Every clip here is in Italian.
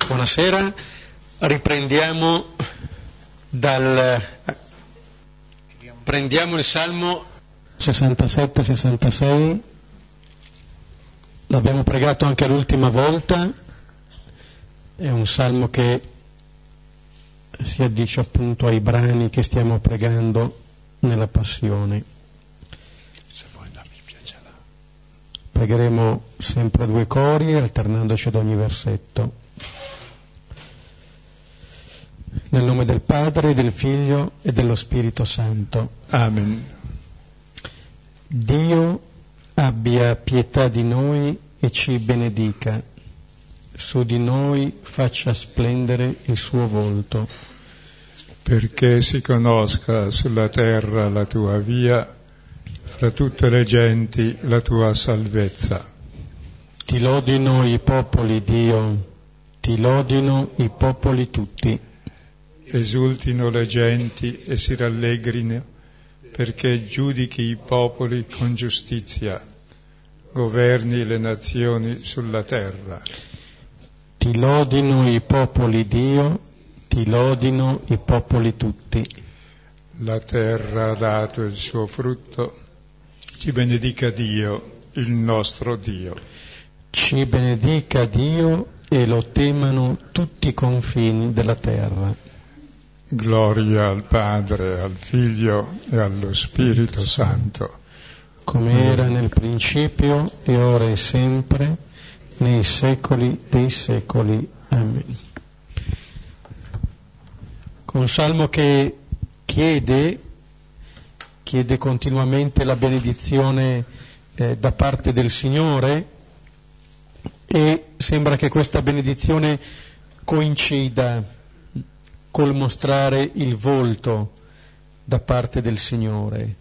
Buonasera, prendiamo il Salmo 67-66, l'abbiamo pregato anche l'ultima volta, è un Salmo che si addice appunto ai brani che stiamo pregando nella Passione. Se vuoi dammi piacere. Pregheremo sempre due cori, alternandoci ad ogni versetto. Nel nome del Padre, del Figlio e dello Spirito Santo. Amen. Dio abbia pietà di noi e ci benedica. Su di noi faccia splendere il suo volto. Perché si conosca sulla terra la tua via, fra tutte le genti la tua salvezza. Ti lodino i popoli, Dio, ti lodino i popoli tutti. Esultino le genti e si rallegrino, perché giudichi i popoli con giustizia, governi le nazioni sulla terra. Ti lodino i popoli, Dio, ti lodino i popoli tutti. La terra ha dato il suo frutto, ci benedica Dio, il nostro Dio. Ci benedica Dio e lo temano tutti i confini della terra. Gloria al Padre, al Figlio e allo Spirito Santo. Come era nel principio e ora e sempre, nei secoli dei secoli. Amen. Un salmo che chiede continuamente la benedizione da parte del Signore, e sembra che questa benedizione coincida col mostrare il volto da parte del Signore,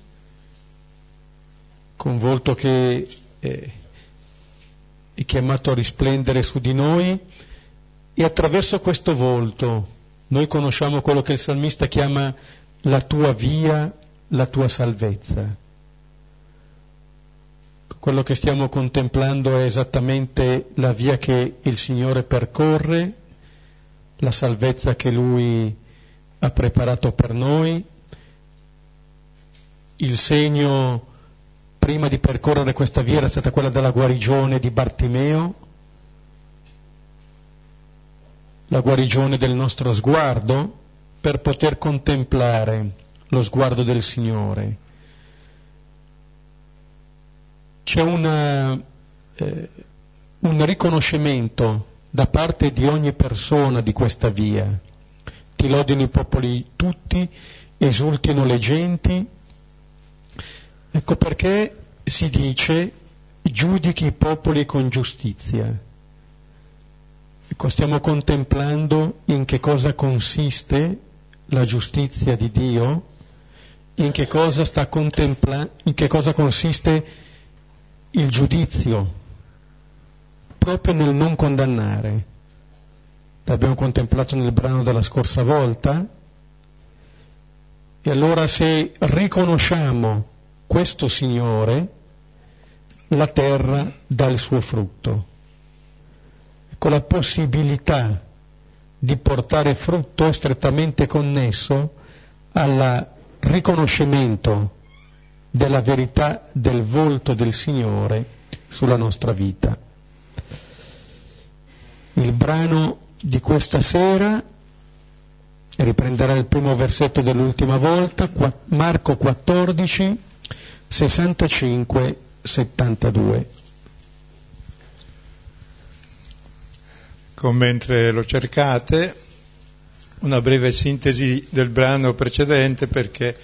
con volto che è chiamato a risplendere su di noi, e attraverso questo volto noi conosciamo quello che il salmista chiama la tua via, la tua salvezza. Quello che stiamo contemplando è esattamente la via che il Signore percorre, la salvezza che Lui ha preparato per noi. Il segno prima di percorrere questa via era stata quella della guarigione di Bartimeo, la guarigione del nostro sguardo per poter contemplare lo sguardo del Signore. C'è un riconoscimento da parte di ogni persona di questa via. Ti lodino i popoli tutti, esultino le genti. Ecco perché si dice giudichi i popoli con giustizia. Ecco, stiamo contemplando in che cosa consiste la giustizia di Dio, in che cosa consiste il giudizio, proprio nel non condannare. L'abbiamo contemplato nel brano della scorsa volta, e allora se riconosciamo questo Signore, la terra dà il suo frutto. Ecco, la possibilità di portare frutto è strettamente connesso al riconoscimento della verità del volto del Signore sulla nostra vita. Il brano di questa sera riprenderà il primo versetto dell'ultima volta, Marco 14, 65-72. Mentre lo cercate, una breve sintesi del brano precedente, perché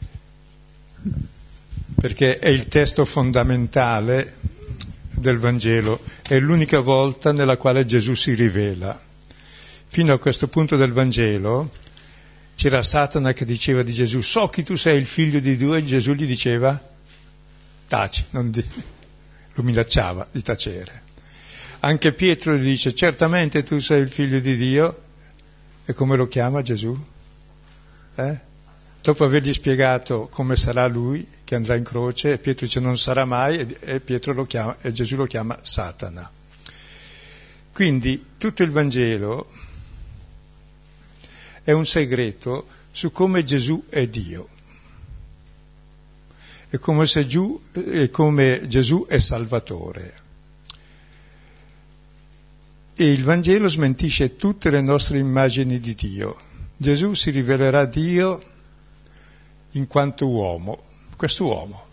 è il testo fondamentale del Vangelo, è l'unica volta nella quale Gesù si rivela. Fino a questo punto del Vangelo c'era Satana che diceva di Gesù: so che tu sei il figlio di Dio, e Gesù gli diceva taci, lo minacciava di tacere. Anche Pietro gli dice: certamente tu sei il figlio di Dio. E come lo chiama Gesù? Dopo avergli spiegato come sarà lui che andrà in croce, e Pietro dice non sarà mai, e Pietro lo chiama, e Gesù lo chiama Satana. Quindi tutto il Vangelo è un segreto su come Gesù è Dio e come Gesù è Salvatore. E il Vangelo smentisce tutte le nostre immagini di Dio. Gesù si rivelerà Dio in quanto uomo, quest'uomo.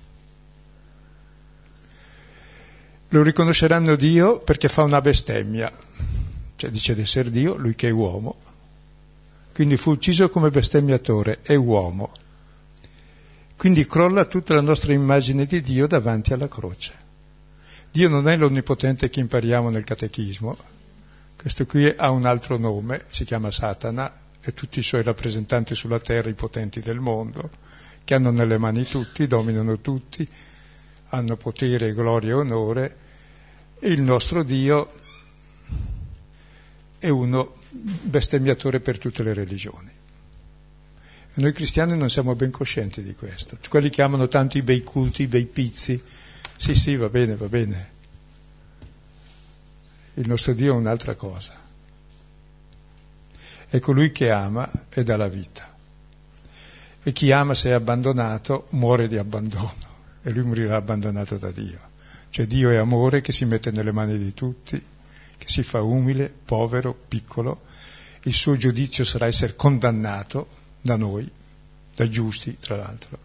Lo riconosceranno Dio perché fa una bestemmia, cioè dice di essere Dio, lui che è uomo. Quindi fu ucciso come bestemmiatore, è uomo. Quindi crolla tutta la nostra immagine di Dio davanti alla croce. Dio non è l'onnipotente che impariamo nel catechismo, questo qui ha un altro nome, si chiama Satana, e tutti i suoi rappresentanti sulla terra, i potenti del mondo, che hanno nelle mani tutti, dominano tutti, hanno potere, gloria e onore, e il nostro Dio è uno bestemmiatore per tutte le religioni. E noi cristiani non siamo ben coscienti di questo. Quelli che amano tanto i bei culti, i bei pizzi, sì, va bene. Il nostro Dio è un'altra cosa. È colui che ama e dà la vita. E chi ama, se è abbandonato, muore di abbandono. E lui morirà abbandonato da Dio. Cioè Dio è amore che si mette nelle mani di tutti, che si fa umile, povero, piccolo. Il suo giudizio sarà essere condannato da noi, da giusti tra l'altro.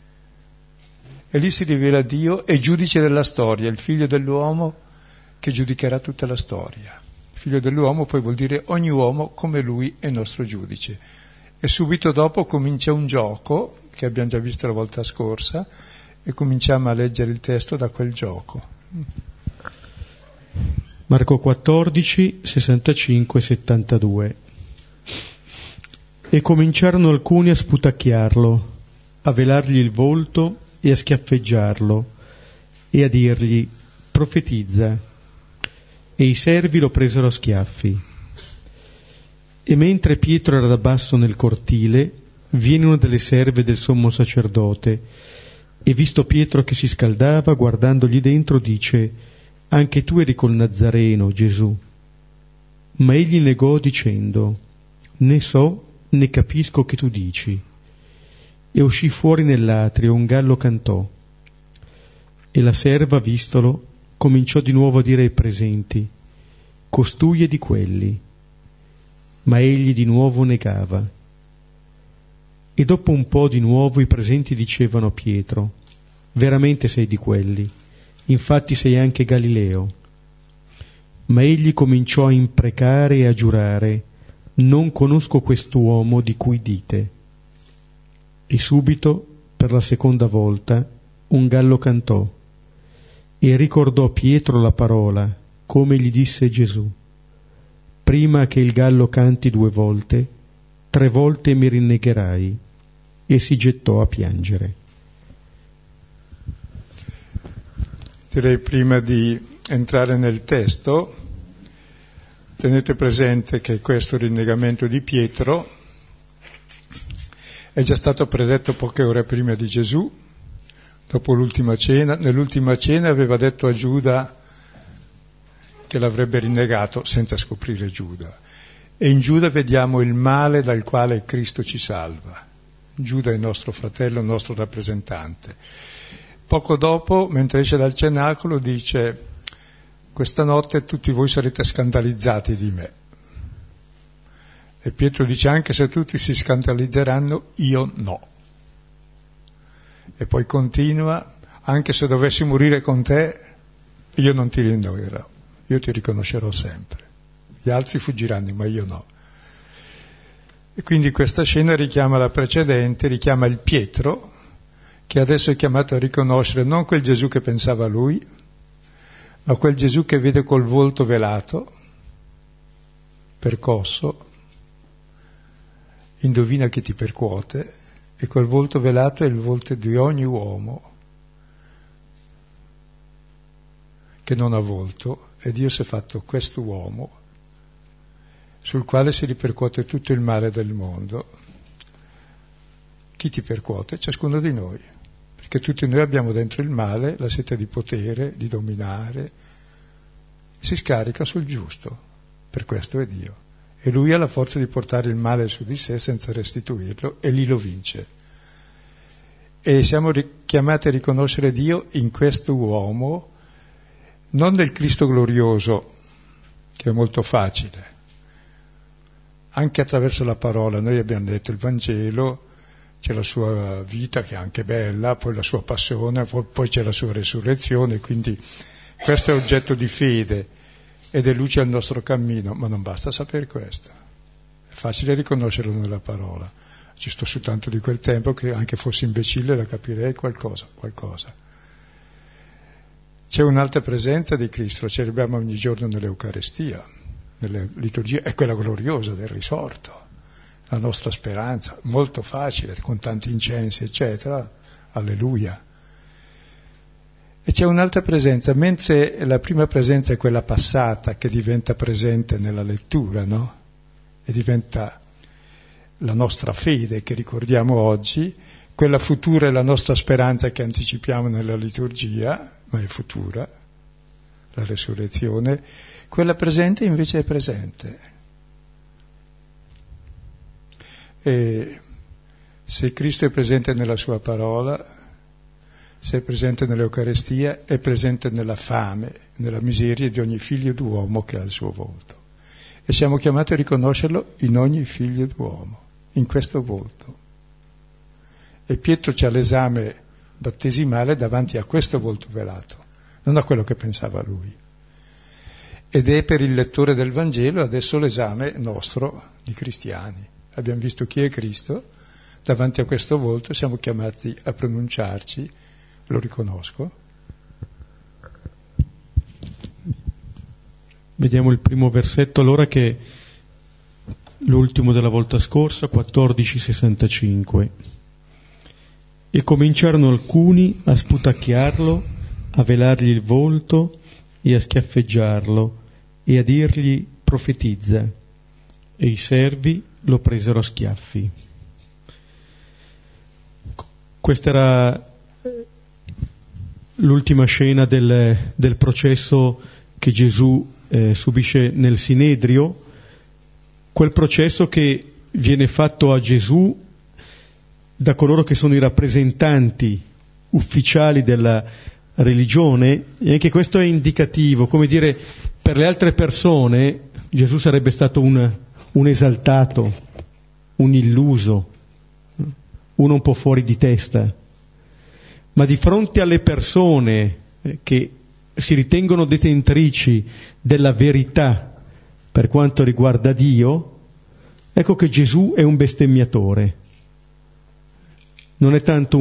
E lì si rivela Dio e giudice della storia, il figlio dell'uomo che giudicherà tutta la storia. Il figlio dell'uomo poi vuol dire ogni uomo come lui è nostro giudice. E subito dopo comincia un gioco che abbiamo già visto la volta scorsa e cominciamo a leggere il testo da quel gioco. Marco 14, 65-72. E cominciarono alcuni a sputacchiarlo, a velargli il volto e a schiaffeggiarlo e a dirgli: profetizza. E i servi lo presero a schiaffi. E mentre Pietro era da basso nel cortile, viene una delle serve del sommo sacerdote e, visto Pietro che si scaldava, guardandogli dentro, dice: anche tu eri col Nazareno, Gesù. Ma egli negò dicendo: né so né capisco che tu dici. E uscì fuori nell'atrio, un gallo cantò. E la serva, vistolo, cominciò di nuovo a dire ai presenti: costui è di quelli. Ma egli di nuovo negava. E dopo un po' di nuovo i presenti dicevano a Pietro: veramente sei di quelli, infatti sei anche Galileo. Ma egli cominciò a imprecare e a giurare: non conosco quest'uomo di cui dite. E subito, per la seconda volta, un gallo cantò. E ricordò a Pietro la parola, come gli disse Gesù: prima che il gallo canti 2 volte, 3 volte mi rinnegherai. E si gettò a piangere. Direi, prima di entrare nel testo, tenete presente che questo rinnegamento di Pietro è già stato predetto poche ore prima di Gesù, dopo l'ultima cena. Nell'ultima cena aveva detto a Giuda che l'avrebbe rinnegato senza scoprire Giuda. E in Giuda vediamo il male dal quale Cristo ci salva. Giuda è il nostro fratello, il nostro rappresentante. Poco dopo, mentre esce dal cenacolo, dice: questa notte tutti voi sarete scandalizzati di me. E Pietro dice: anche se tutti si scandalizzeranno, io no. E poi continua: anche se dovessi morire con te, io non ti rinnoverò, io ti riconoscerò sempre. Gli altri fuggiranno, ma io no. E quindi questa scena richiama la precedente, richiama il Pietro, che adesso è chiamato a riconoscere non quel Gesù che pensava lui, ma quel Gesù che vede col volto velato, percosso, indovina chi ti percuote, e quel volto velato è il volto di ogni uomo che non ha volto, e Dio si è fatto quest'uomo sul quale si ripercuote tutto il male del mondo. Chi ti percuote? Ciascuno di noi, perché tutti noi abbiamo dentro il male, la sete di potere, di dominare, si scarica sul giusto, per questo è Dio. E lui ha la forza di portare il male su di sé senza restituirlo, e lì lo vince. E siamo chiamati a riconoscere Dio in questo uomo, non nel Cristo glorioso, che è molto facile, anche attraverso la parola. Noi abbiamo letto il Vangelo, c'è la sua vita che è anche bella, poi la sua passione, poi c'è la sua resurrezione, quindi questo è oggetto di fede ed è luce al nostro cammino, ma non basta sapere questo, è facile riconoscerlo nella parola. Ci sto soltanto di quel tempo che anche fossi imbecille la capirei qualcosa. C'è un'altra presenza di Cristo, la celebriamo ogni giorno nell'Eucarestia, nella liturgia, è quella gloriosa del risorto, la nostra speranza, molto facile, con tanti incensi, eccetera, alleluia. E c'è un'altra presenza, mentre la prima presenza è quella passata, che diventa presente nella lettura, no? E diventa la nostra fede che ricordiamo oggi, quella futura è la nostra speranza che anticipiamo nella liturgia, ma è futura, la resurrezione. Quella presente invece è presente. E se Cristo è presente nella sua parola, se è presente nell'Eucarestia, è presente nella fame, nella miseria di ogni figlio d'uomo che ha il suo volto. E siamo chiamati a riconoscerlo in ogni figlio d'uomo, in questo volto. E Pietro c'ha l'esame battesimale davanti a questo volto velato, non a quello che pensava lui. Ed è per il lettore del Vangelo adesso l'esame nostro di cristiani. Abbiamo visto chi è Cristo, davanti a questo volto siamo chiamati a pronunciarci, lo riconosco. Vediamo il primo versetto allora, che è l'ultimo della volta scorsa, 14:65. E cominciarono alcuni a sputacchiarlo, a velargli il volto e a schiaffeggiarlo e a dirgli: profetizza. E i servi lo presero a schiaffi. Questa era l'ultima scena del processo che Gesù subisce nel Sinedrio, quel processo che viene fatto a Gesù da coloro che sono i rappresentanti ufficiali della religione, e anche questo è indicativo, come dire, per le altre persone Gesù sarebbe stato un esaltato, un illuso, uno un po' fuori di testa, ma di fronte alle persone che si ritengono detentrici della verità per quanto riguarda Dio, ecco che Gesù è un bestemmiatore. Non è tanto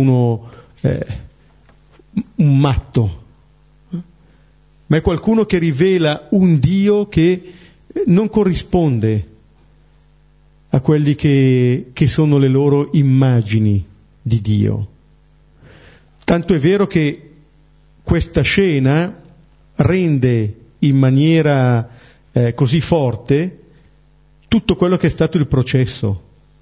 un matto, ma è qualcuno che rivela un Dio che non corrisponde a quelli che sono le loro immagini di Dio. Tanto è vero che questa scena rende in maniera così forte tutto quello che è stato il processo,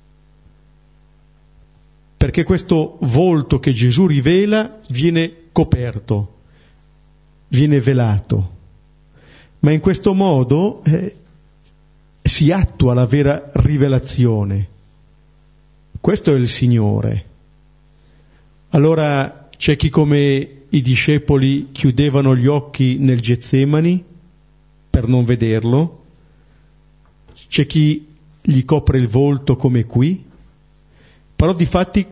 perché questo volto che Gesù rivela viene coperto, viene velato, ma in questo modo si attua la vera rivelazione. Questo è il Signore. Allora c'è chi, come i discepoli, chiudevano gli occhi nel Getsemani per non vederlo, c'è chi gli copre il volto come qui, però difatti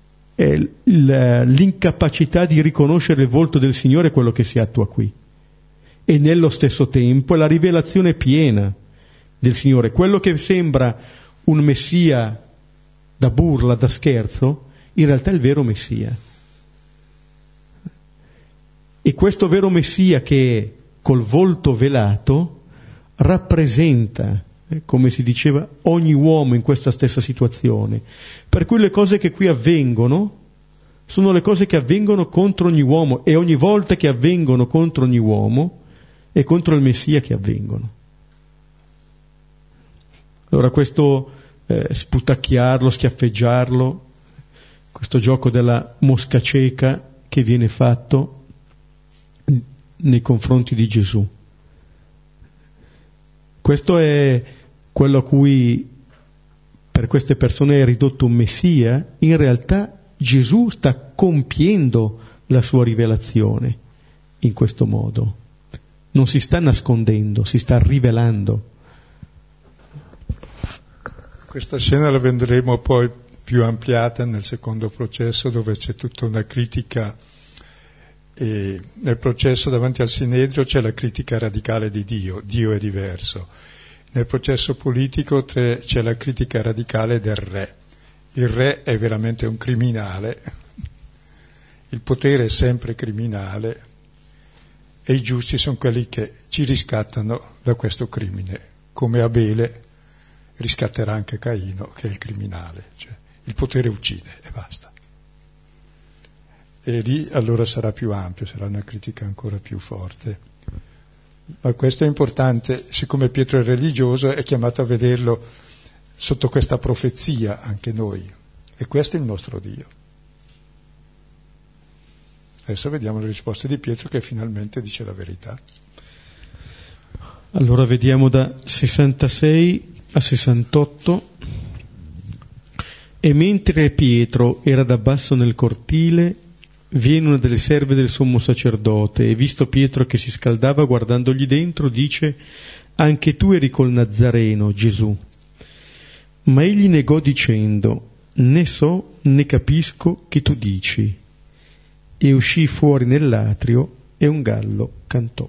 l'incapacità di riconoscere il volto del Signore è quello che si attua qui. E nello stesso tempo è la rivelazione piena del Signore. Quello che sembra un Messia da burla, da scherzo, in realtà è il vero Messia. E questo vero Messia, che col volto velato rappresenta, come si diceva, ogni uomo in questa stessa situazione. Per cui le cose che qui avvengono sono le cose che avvengono contro ogni uomo, e ogni volta che avvengono contro ogni uomo è contro il Messia che avvengono. Allora questo sputacchiarlo, schiaffeggiarlo, questo gioco della mosca cieca che viene fatto nei confronti di Gesù, Questo è quello a cui per queste persone è ridotto un messia. In realtà Gesù sta compiendo la sua rivelazione in questo modo. Non si sta nascondendo, si sta rivelando. Questa scena la vedremo poi più ampliata nel secondo processo, dove c'è tutta una critica, e nel processo davanti al Sinedrio c'è la critica radicale di Dio. Dio è diverso. Nel processo politico c'è la critica radicale del re. Il re è veramente un criminale, il potere è sempre criminale e i giusti sono quelli che ci riscattano da questo crimine, come Abele riscatterà anche Caino, che è il criminale. Cioè, il potere uccide e basta. E lì allora sarà più ampio, sarà una critica ancora più forte. Ma questo è importante, siccome Pietro è religioso, è chiamato a vederlo sotto questa profezia anche noi. E questo è il nostro Dio. Adesso vediamo le risposte di Pietro, che finalmente dice la verità. Allora vediamo da 66 a 68. E mentre Pietro era da basso nel cortile, viene una delle serve del sommo sacerdote e visto Pietro che si scaldava guardandogli dentro dice: anche tu eri col Nazareno, Gesù. Ma egli negò dicendo: né so né capisco che tu dici. E uscì fuori nell'atrio e un gallo cantò.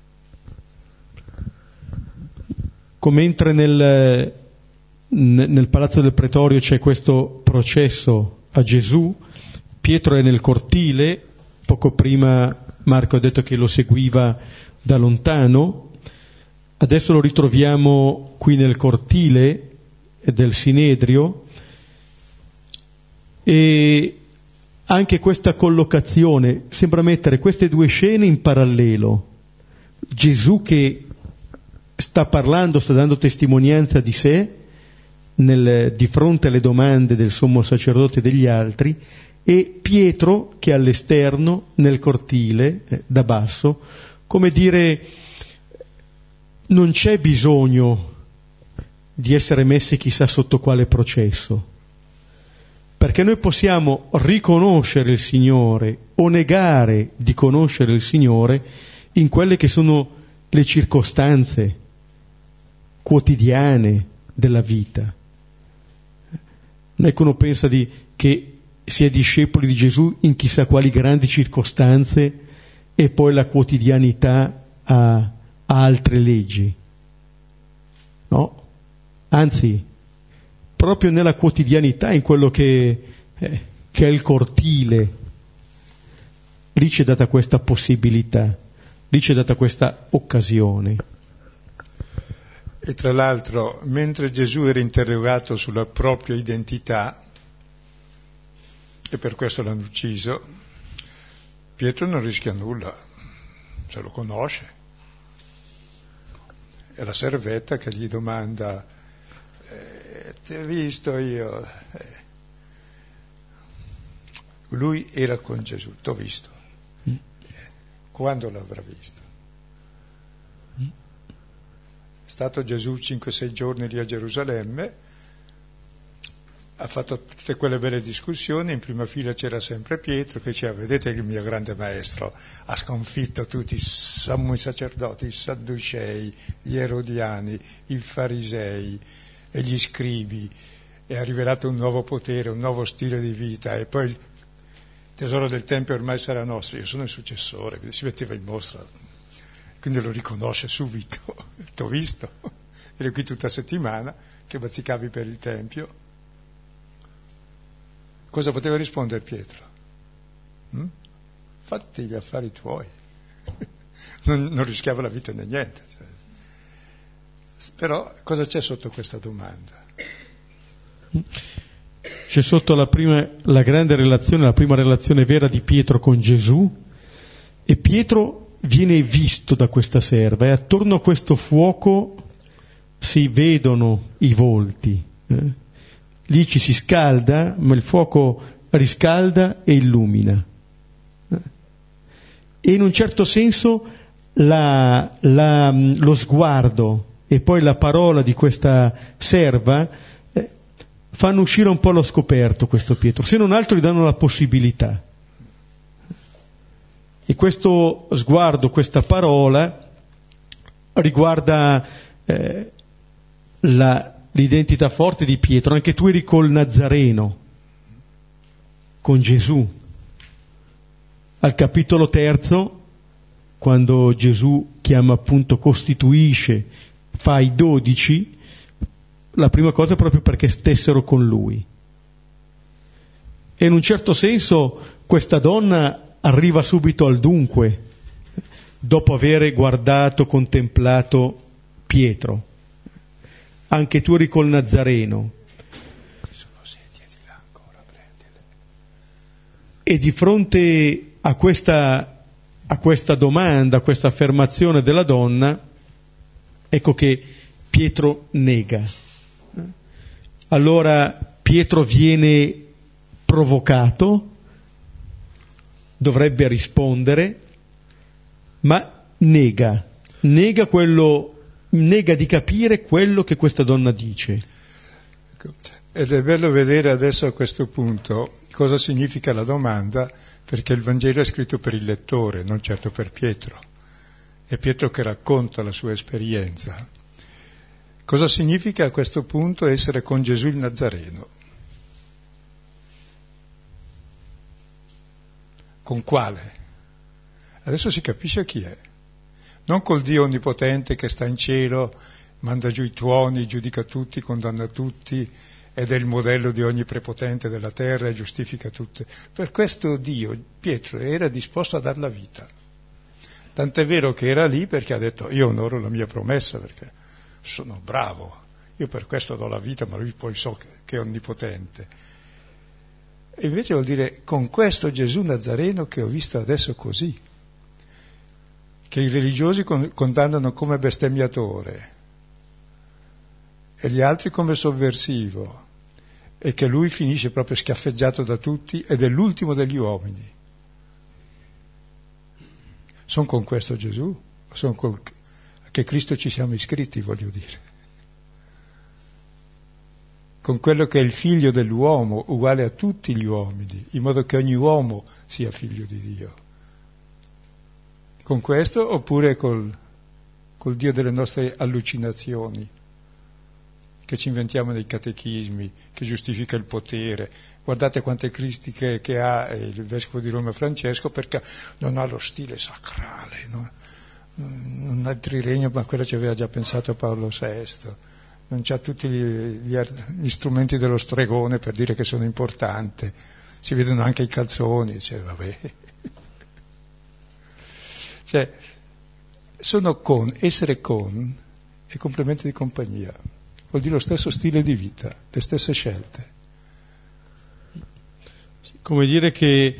Come entra nel palazzo del pretorio c'è questo processo a Gesù. Pietro è nel cortile, poco prima Marco ha detto che lo seguiva da lontano, adesso lo ritroviamo qui nel cortile del Sinedrio, e anche questa collocazione sembra mettere queste due scene in parallelo. Gesù che sta parlando, sta dando testimonianza di sé di fronte alle domande del sommo sacerdote e degli altri, e Pietro che è all'esterno nel cortile da basso, come dire, non c'è bisogno di essere messi chissà sotto quale processo, perché noi possiamo riconoscere il Signore o negare di conoscere il Signore in quelle che sono le circostanze quotidiane della vita. Non è che uno pensa che si è discepoli di Gesù in chissà quali grandi circostanze e poi la quotidianità ha altre leggi. No, anzi, proprio nella quotidianità, in quello che è il cortile, lì c'è data questa possibilità, lì c'è data questa occasione. E tra l'altro, mentre Gesù era interrogato sulla propria identità, e per questo l'hanno ucciso, Pietro non rischia nulla, se lo conosce. È la servetta che gli domanda: ti ho visto io? Lui era con Gesù, t'ho visto. Quando l'avrà visto? È stato Gesù 5-6 giorni lì a Gerusalemme, ha fatto tutte quelle belle discussioni, in prima fila c'era sempre Pietro che diceva: vedete che il mio grande maestro ha sconfitto tutti i sommi sacerdoti, i sadducei, gli erodiani, i farisei e gli scribi, e ha rivelato un nuovo potere, un nuovo stile di vita, e poi il tesoro del Tempio ormai sarà nostro. Io sono il successore, si metteva in mostra, quindi lo riconosce subito. T'ho visto, ero qui tutta settimana che bazzicavi per il Tempio. Cosa poteva rispondere Pietro? Fatti gli affari tuoi. non rischiava la vita né niente. Però cosa c'è sotto questa domanda? C'è sotto la grande relazione, la prima relazione vera di Pietro con Gesù, e Pietro viene visto da questa serva, e attorno a questo fuoco si vedono i volti. Lì ci si scalda, ma il fuoco riscalda e illumina. E in un certo senso lo sguardo e poi la parola di questa serva fanno uscire un po' allo scoperto questo Pietro, se non altro gli danno la possibilità. E questo sguardo, questa parola riguarda l'identità forte di Pietro. Anche tu eri col Nazareno, con Gesù. Al capitolo 3, quando Gesù chiama appunto, costituisce, fa i 12, la prima cosa è proprio perché stessero con lui. E in un certo senso questa donna arriva subito al dunque, dopo aver guardato, contemplato Pietro. Anche tu eri col Nazareno. E di fronte a questa domanda, a questa affermazione della donna, ecco che Pietro nega. Allora Pietro viene provocato, dovrebbe rispondere, ma nega di capire quello che questa donna dice. Ed è bello vedere adesso a questo punto cosa significa la domanda, perché il Vangelo è scritto per il lettore, non certo per Pietro. È Pietro che racconta la sua esperienza. Cosa significa a questo punto essere con Gesù il Nazareno? Con quale? Adesso si capisce chi è. Non col Dio onnipotente che sta in cielo, manda giù i tuoni, giudica tutti, condanna tutti, ed è il modello di ogni prepotente della terra e giustifica tutte. Per questo Dio, Pietro, era disposto a dar la vita. Tant'è vero che era lì perché ha detto: io onoro la mia promessa perché sono bravo, io per questo do la vita, ma lui poi so che è onnipotente. E invece vuol dire con questo Gesù Nazareno che ho visto adesso così, che i religiosi condannano come bestemmiatore e gli altri come sovversivo, e che lui finisce proprio schiaffeggiato da tutti ed è l'ultimo degli uomini. Sono con questo Gesù? Che Cristo ci siamo iscritti, voglio dire. Con quello che è il figlio dell'uomo, uguale a tutti gli uomini, in modo che ogni uomo sia figlio di Dio. Con questo oppure col Dio delle nostre allucinazioni, che ci inventiamo nei catechismi, che giustifica il potere. Guardate quante critiche che ha il vescovo di Roma Francesco, perché non ha lo stile sacrale, no? Non ha il triregno, ma quello ci aveva già pensato Paolo VI, non c'ha tutti gli strumenti dello stregone per dire che sono importante, si vedono anche i calzoni, cioè vabbè. Cioè, essere con è complemento di compagnia, vuol dire lo stesso stile di vita, le stesse scelte. Come dire che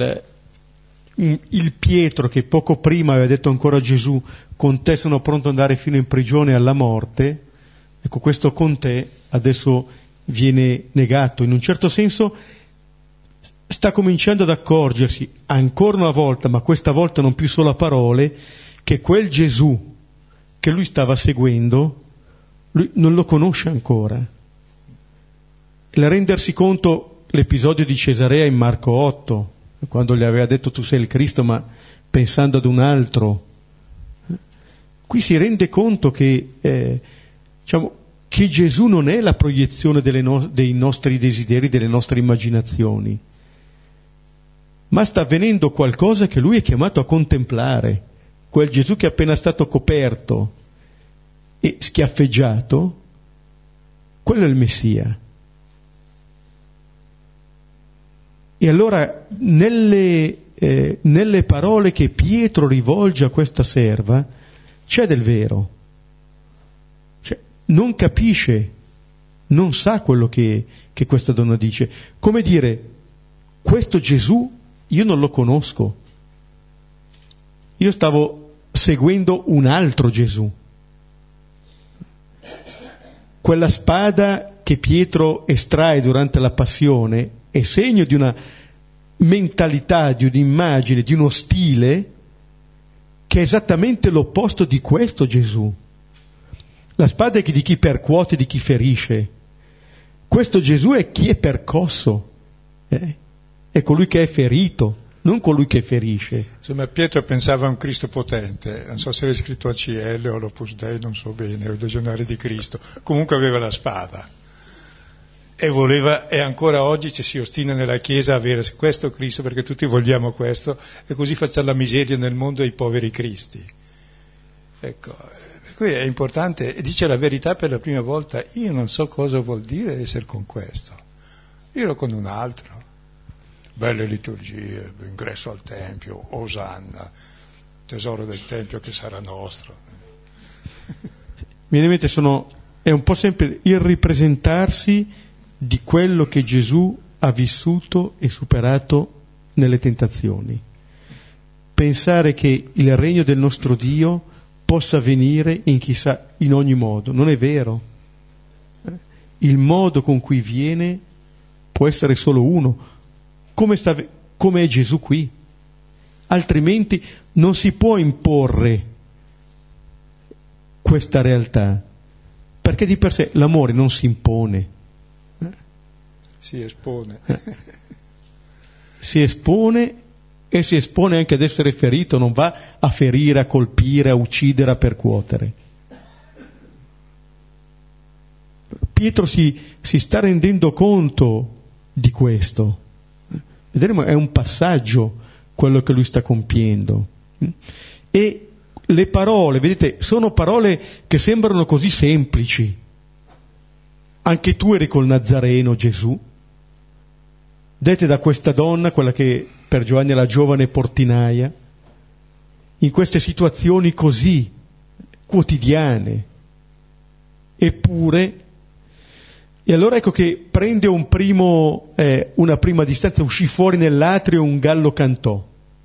il Pietro che poco prima aveva detto ancora a Gesù: con te sono pronto ad andare fino in prigione alla morte, ecco, questo con te adesso viene negato. In un certo senso sta cominciando ad accorgersi ancora una volta, ma questa volta non più solo a parole, che quel Gesù che lui stava seguendo lui non lo conosce ancora. Il rendersi conto, l'episodio di Cesarea in Marco 8, quando gli aveva detto tu sei il Cristo, ma pensando ad un altro, qui si rende conto che che Gesù non è la proiezione dei nostri desideri, delle nostre immaginazioni, ma sta avvenendo qualcosa che lui è chiamato a contemplare. Quel Gesù che è appena stato coperto e schiaffeggiato, quello è il Messia. E allora nelle parole che Pietro rivolge a questa serva c'è del vero. Cioè, non capisce, non sa quello che questa donna dice. Come dire, questo Gesù io non lo conosco. Io stavo seguendo un altro Gesù. Quella spada che Pietro estrae durante la passione è segno di una mentalità, di un'immagine, di uno stile che è esattamente l'opposto di questo Gesù. La spada è di chi percuote, di chi ferisce. Questo Gesù è chi è percosso, è colui che è ferito, non colui che ferisce. Insomma, Pietro pensava a un Cristo potente, non so se era scritto ACL o l'Opus Dei, non so bene, o il Legionario di Cristo, comunque aveva la spada e voleva, e ancora oggi ci si ostina nella Chiesa a avere questo Cristo, perché tutti vogliamo questo, e così facciamo la miseria nel mondo ai poveri Cristi. Ecco, per cui è importante, e dice la verità per la prima volta: io non so cosa vuol dire essere con questo, io ero con un altro. Belle liturgie, ingresso al Tempio, Osanna, tesoro del Tempio che sarà nostro. Mi viene in mente, è un po' sempre il ripresentarsi di quello che Gesù ha vissuto e superato nelle tentazioni. Pensare che il regno del nostro Dio possa venire in ogni modo. Non è vero. Il modo con cui viene può essere solo uno, come è Gesù qui. Altrimenti non si può imporre questa realtà, perché di per sé l'amore non si impone. Si espone. Si espone, e si espone anche ad essere ferito, non va a ferire, a colpire, a uccidere, a percuotere. Pietro si sta rendendo conto di questo. Vedremo, è un passaggio quello che lui sta compiendo. E le parole, vedete, sono parole che sembrano così semplici. Anche tu eri col Nazareno, Gesù, dette da questa donna, quella che per Giovanni è la giovane portinaia, in queste situazioni così quotidiane. Eppure, e allora ecco che prende una prima distanza, uscì fuori nell'atrio, un gallo cantò.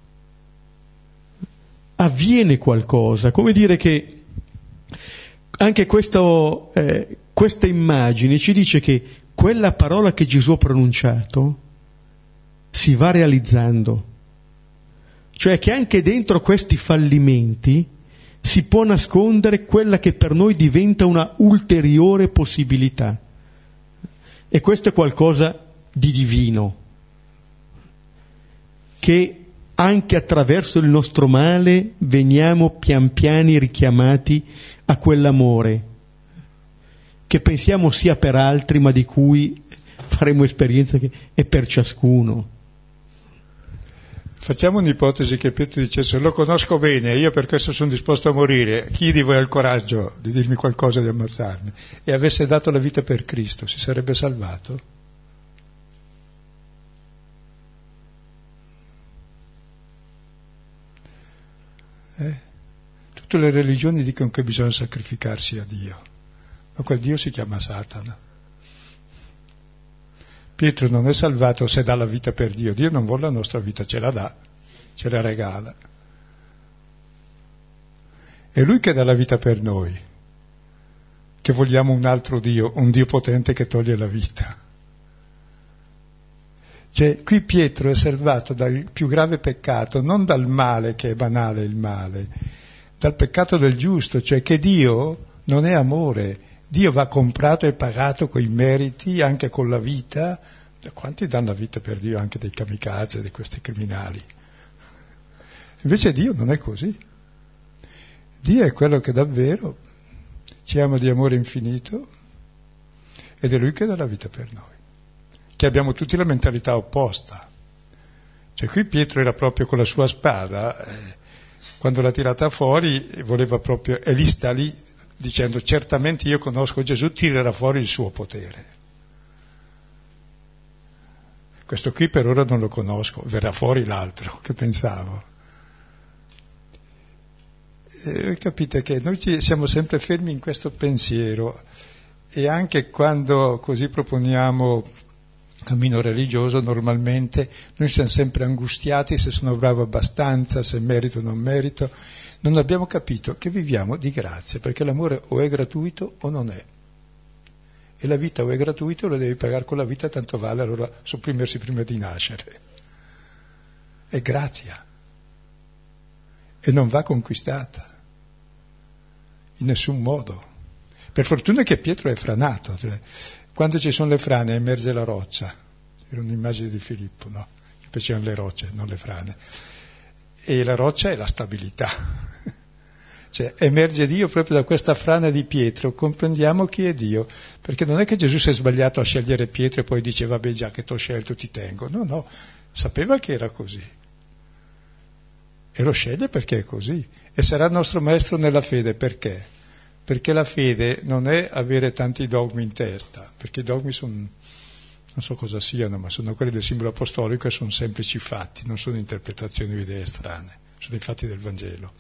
Avviene qualcosa, come dire che anche questa immagine ci dice che quella parola che Gesù ha pronunciato si va realizzando. Cioè che anche dentro questi fallimenti si può nascondere quella che per noi diventa una ulteriore possibilità. E questo è qualcosa di divino, che anche attraverso il nostro male veniamo pian piani richiamati a quell'amore, che pensiamo sia per altri, ma di cui faremo esperienza che è per ciascuno. Facciamo un'ipotesi che Pietro dicesse: lo conosco bene, io per questo sono disposto a morire, chi di voi ha il coraggio di dirmi qualcosa, di ammazzarmi? E avesse dato la vita per Cristo, si sarebbe salvato? Tutte le religioni dicono che bisogna sacrificarsi a Dio, ma quel Dio si chiama Satana. Pietro non è salvato se dà la vita per Dio. Dio non vuole la nostra vita, ce la dà, ce la regala. È Lui che dà la vita per noi, che vogliamo un altro Dio, un Dio potente che toglie la vita. Cioè, qui Pietro è salvato dal più grave peccato, non dal male, che è banale il male, dal peccato del giusto, cioè che Dio non è amore. Dio va comprato e pagato coi meriti, anche con la vita. Quanti danno la vita per Dio, anche dei kamikaze, di questi criminali? Invece Dio non è così. Dio è quello che davvero ci ama di amore infinito, ed è Lui che dà la vita per noi, che abbiamo tutti la mentalità opposta. Cioè qui Pietro era proprio con la sua spada, quando l'ha tirata fuori voleva proprio, e lì sta lì, dicendo: certamente io conosco Gesù, tirerà fuori il suo potere. Questo qui per ora non lo conosco, verrà fuori l'altro che pensavo. Capite che noi siamo sempre fermi in questo pensiero, e anche quando così proponiamo cammino religioso, normalmente noi siamo sempre angustiati se sono bravo abbastanza, se merito o non merito. Non abbiamo capito che viviamo di grazia, perché l'amore o è gratuito o non è. E la vita o è gratuita o la devi pagare con la vita, tanto vale allora sopprimersi prima di nascere. È grazia. E non va conquistata. In nessun modo. Per fortuna che Pietro è franato, cioè, quando ci sono le frane emerge la roccia, era un'immagine di Filippo, no? Che piacevano le rocce, non le frane, e la roccia è la stabilità, cioè emerge Dio proprio da questa frana di Pietro, comprendiamo chi è Dio, perché non è che Gesù si è sbagliato a scegliere Pietro e poi dice vabbè già che t'ho scelto ti tengo, no, sapeva che era così. E lo sceglie perché è così. E sarà nostro maestro nella fede, perché? Perché la fede non è avere tanti dogmi in testa, perché i dogmi sono, non so cosa siano, ma sono quelli del simbolo apostolico e sono semplici fatti, non sono interpretazioni o idee strane, sono i fatti del Vangelo.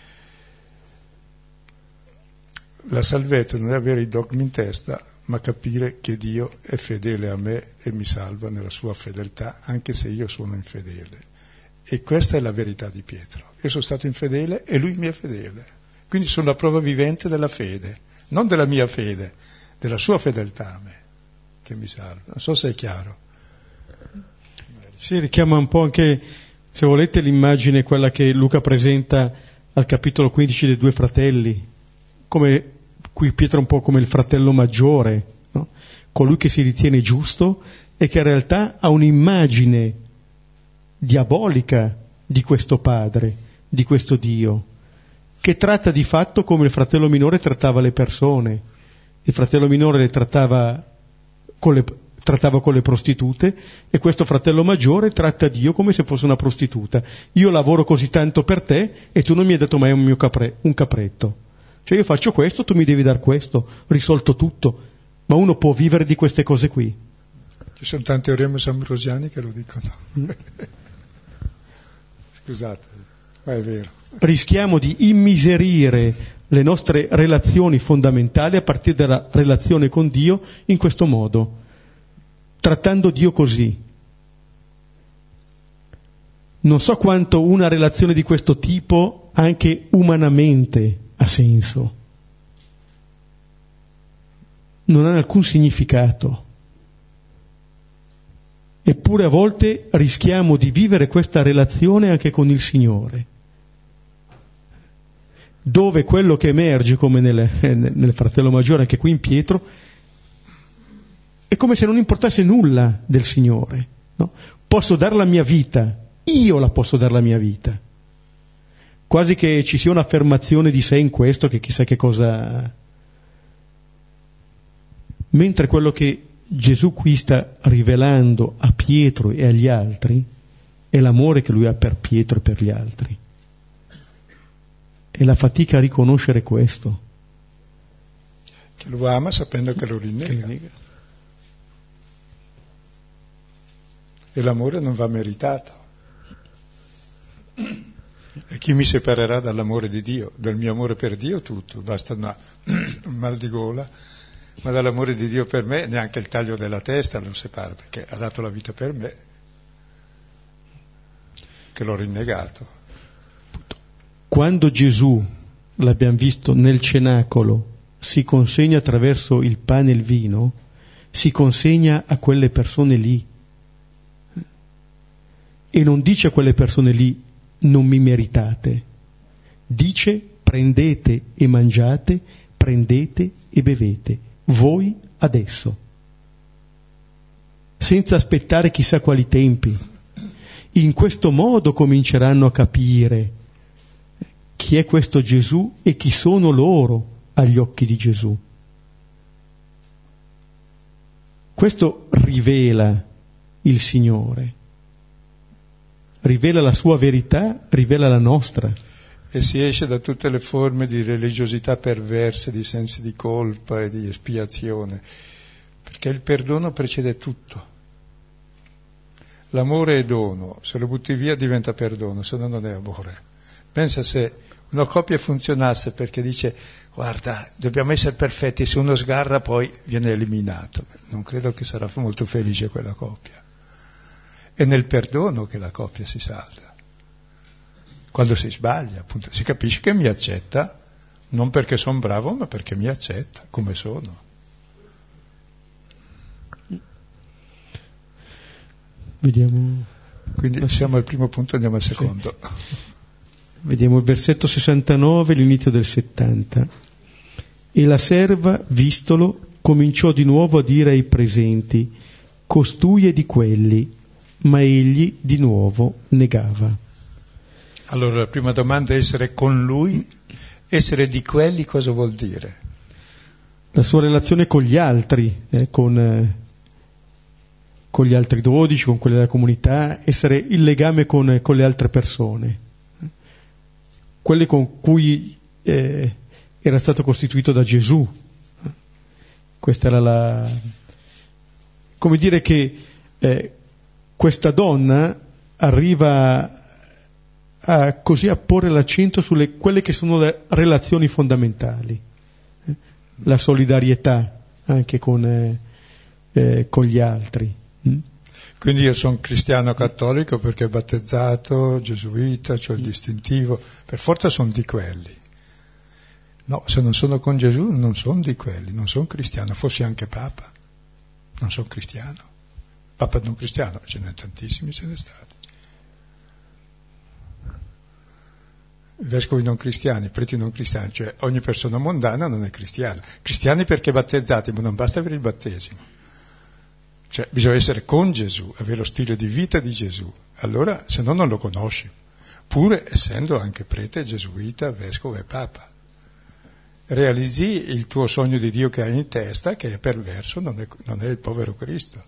La salvezza non è avere i dogmi in testa, ma capire che Dio è fedele a me e mi salva nella sua fedeltà, anche se io sono infedele. E questa è la verità di Pietro. Io sono stato infedele e lui mi è fedele. Quindi sono la prova vivente della fede, non della mia fede, della sua fedeltà a me, che mi salva. Non so se è chiaro. Sì, richiama un po' anche, se volete, l'immagine quella che Luca presenta al capitolo 15 dei due fratelli, come qui Pietro è un po' come il fratello maggiore, no? Colui che si ritiene giusto e che in realtà ha un'immagine diabolica di questo padre, di questo Dio, che tratta di fatto come il fratello minore trattava le persone. Il fratello minore le trattava con le prostitute e questo fratello maggiore tratta Dio come se fosse una prostituta. Io lavoro così tanto per te e tu non mi hai dato mai un capretto. Cioè io faccio questo, tu mi devi dar questo, risolto tutto. Ma uno può vivere di queste cose qui? Ci sono tanti oremus ambrosiani che lo dicono. Scusate, ma è vero. Rischiamo di immiserire le nostre relazioni fondamentali a partire dalla relazione con Dio in questo modo, trattando Dio così. Non so quanto una relazione di questo tipo anche umanamente ha senso. Non ha alcun significato. Eppure a volte rischiamo di vivere questa relazione anche con il Signore, dove quello che emerge, come nel fratello maggiore, anche qui in Pietro, è come se non importasse nulla del Signore. No? Posso dare la mia vita, io la posso dare la mia vita. Quasi che ci sia un'affermazione di sé in questo, che chissà che cosa... Mentre quello che Gesù qui sta rivelando a Pietro e agli altri è l'amore che lui ha per Pietro e per gli altri. E la fatica a riconoscere questo. Che lo ama sapendo che lo rinnega. E l'amore non va meritato. E chi mi separerà dall'amore di Dio? Dal mio amore per Dio tutto, basta un mal di gola. Ma dall'amore di Dio per me neanche il taglio della testa lo separa, perché ha dato la vita per me, che l'ho rinnegato. Quando Gesù, l'abbiamo visto nel cenacolo, si consegna attraverso il pane e il vino, si consegna a quelle persone lì. E non dice a quelle persone lì, non mi meritate. Dice, prendete e mangiate, prendete e bevete. Voi adesso, senza aspettare chissà quali tempi. In questo modo cominceranno a capire chi è questo Gesù e chi sono loro agli occhi di Gesù. Questo rivela il Signore, rivela la sua verità, rivela la nostra. E si esce da tutte le forme di religiosità perverse, di sensi di colpa e di espiazione, perché il perdono precede tutto. L'amore è dono, se lo butti via diventa perdono, se no non è amore. Pensa se una coppia funzionasse perché dice guarda, dobbiamo essere perfetti, se uno sgarra poi viene eliminato. Non credo che sarà molto felice quella coppia. È nel perdono che la coppia si salda. Quando si sbaglia, appunto, si capisce che mi accetta, non perché sono bravo, ma perché mi accetta, come sono. Vediamo. Quindi siamo al primo punto, andiamo al secondo. Vediamo il versetto 69, l'inizio del 70. E la serva, vistolo, cominciò di nuovo a dire ai presenti: costui è di quelli, ma egli di nuovo negava. Allora la prima domanda è essere con lui, essere di quelli cosa vuol dire? La sua relazione con gli altri, con gli altri 12, con quelli della comunità, essere il legame con le altre persone, quelle con cui era stato costituito da Gesù. Questa era come dire che questa donna arriva così a porre l'accento sulle quelle che sono le relazioni fondamentali, la solidarietà anche con gli altri. Quindi io sono cristiano cattolico perché battezzato, gesuita, c'ho il distintivo, per forza sono di quelli. No, se non sono con Gesù non sono di quelli, non sono cristiano, fossi anche Papa, non sono cristiano. Papa non cristiano, ce ne tantissimi, ce ne stati. Vescovi non cristiani, preti non cristiani, cioè ogni persona mondana non è cristiana. Cristiani perché battezzati, ma non basta avere il battesimo. Cioè bisogna essere con Gesù, avere lo stile di vita di Gesù. Allora, se no non lo conosci, pur essendo anche prete, gesuita, vescovo e papa. Realizzi il tuo sogno di Dio che hai in testa, che è perverso, non è il povero Cristo.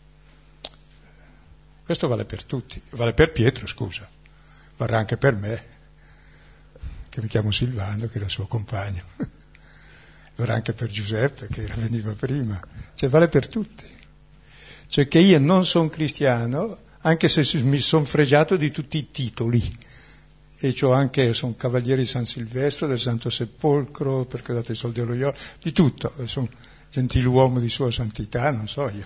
Questo vale per tutti, vale per Pietro, scusa, varrà anche per me, che mi chiamo Silvano, che era il suo compagno, varrà anche per Giuseppe, che veniva prima, cioè vale per tutti. Cioè che io non sono cristiano, anche se mi sono fregiato di tutti i titoli, e sono cavaliere di San Silvestro, del Santo Sepolcro, perché ho dato i soldi allo IOR, di tutto, sono gentiluomo di Sua Santità, non so io.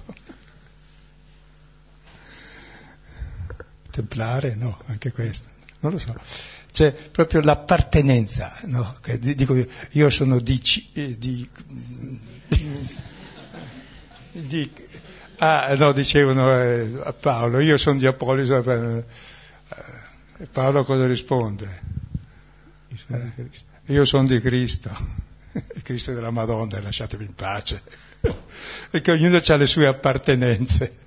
Templare, no, anche questo, non lo so. C'è proprio l'appartenenza, no? Che dico io sono dicevano a Paolo, io sono di Apollo, e Paolo cosa risponde? Io sono di Cristo, il Cristo della Madonna, lasciatemi in pace, perché ognuno ha le sue appartenenze.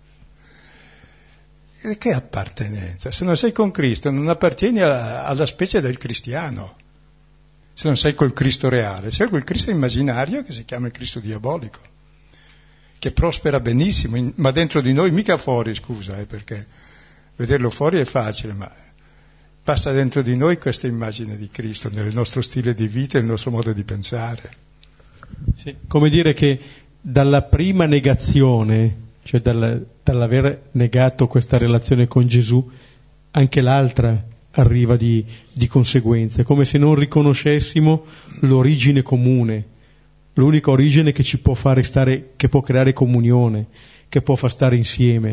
E che appartenenza? Se non sei con Cristo non appartieni alla specie del cristiano, se non sei col Cristo reale, sei quel Cristo immaginario che si chiama il Cristo diabolico, che prospera benissimo, ma dentro di noi, mica fuori, scusa, perché vederlo fuori è facile, ma passa dentro di noi questa immagine di Cristo, nel nostro stile di vita e nel nostro modo di pensare. Sì, come dire che dalla prima negazione, cioè dall'aver negato questa relazione con Gesù, anche l'altra arriva di conseguenza, è come se non riconoscessimo l'origine comune, l'unica origine che ci può fare stare, che può creare comunione, che può far stare insieme.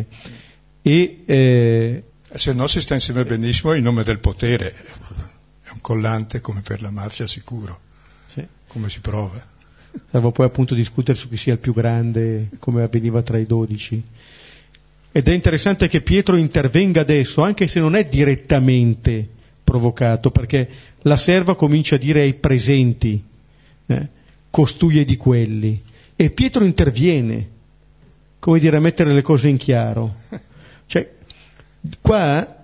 E se no si sta insieme benissimo in nome del potere, è un collante come per la mafia sicuro, sì. Come si prova. Stavo poi appunto a discutere su chi sia il più grande, come avveniva tra i 12. Ed è interessante che Pietro intervenga adesso, anche se non è direttamente provocato, perché la serva comincia a dire ai presenti, costui è di quelli, e Pietro interviene, come dire, a mettere le cose in chiaro. Cioè, qua,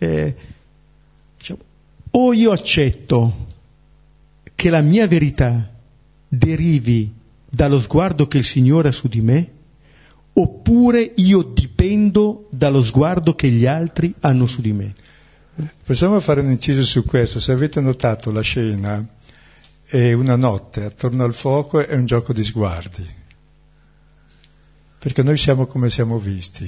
o io accetto che la mia verità derivi dallo sguardo che il Signore ha su di me, oppure io dipendo dallo sguardo che gli altri hanno su di me. Possiamo fare un inciso su questo. Se avete notato, la scena è una notte, attorno al fuoco è un gioco di sguardi, perché noi siamo come siamo visti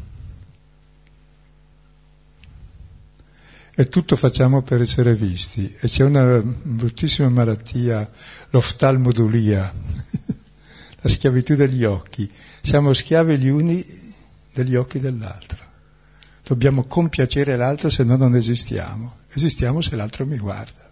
e tutto facciamo per essere visti, e c'è una bruttissima malattia, l'oftalmodulia, la schiavitù degli occhi. Siamo schiavi gli uni degli occhi dell'altro, dobbiamo compiacere l'altro, se no non esistiamo se l'altro mi guarda.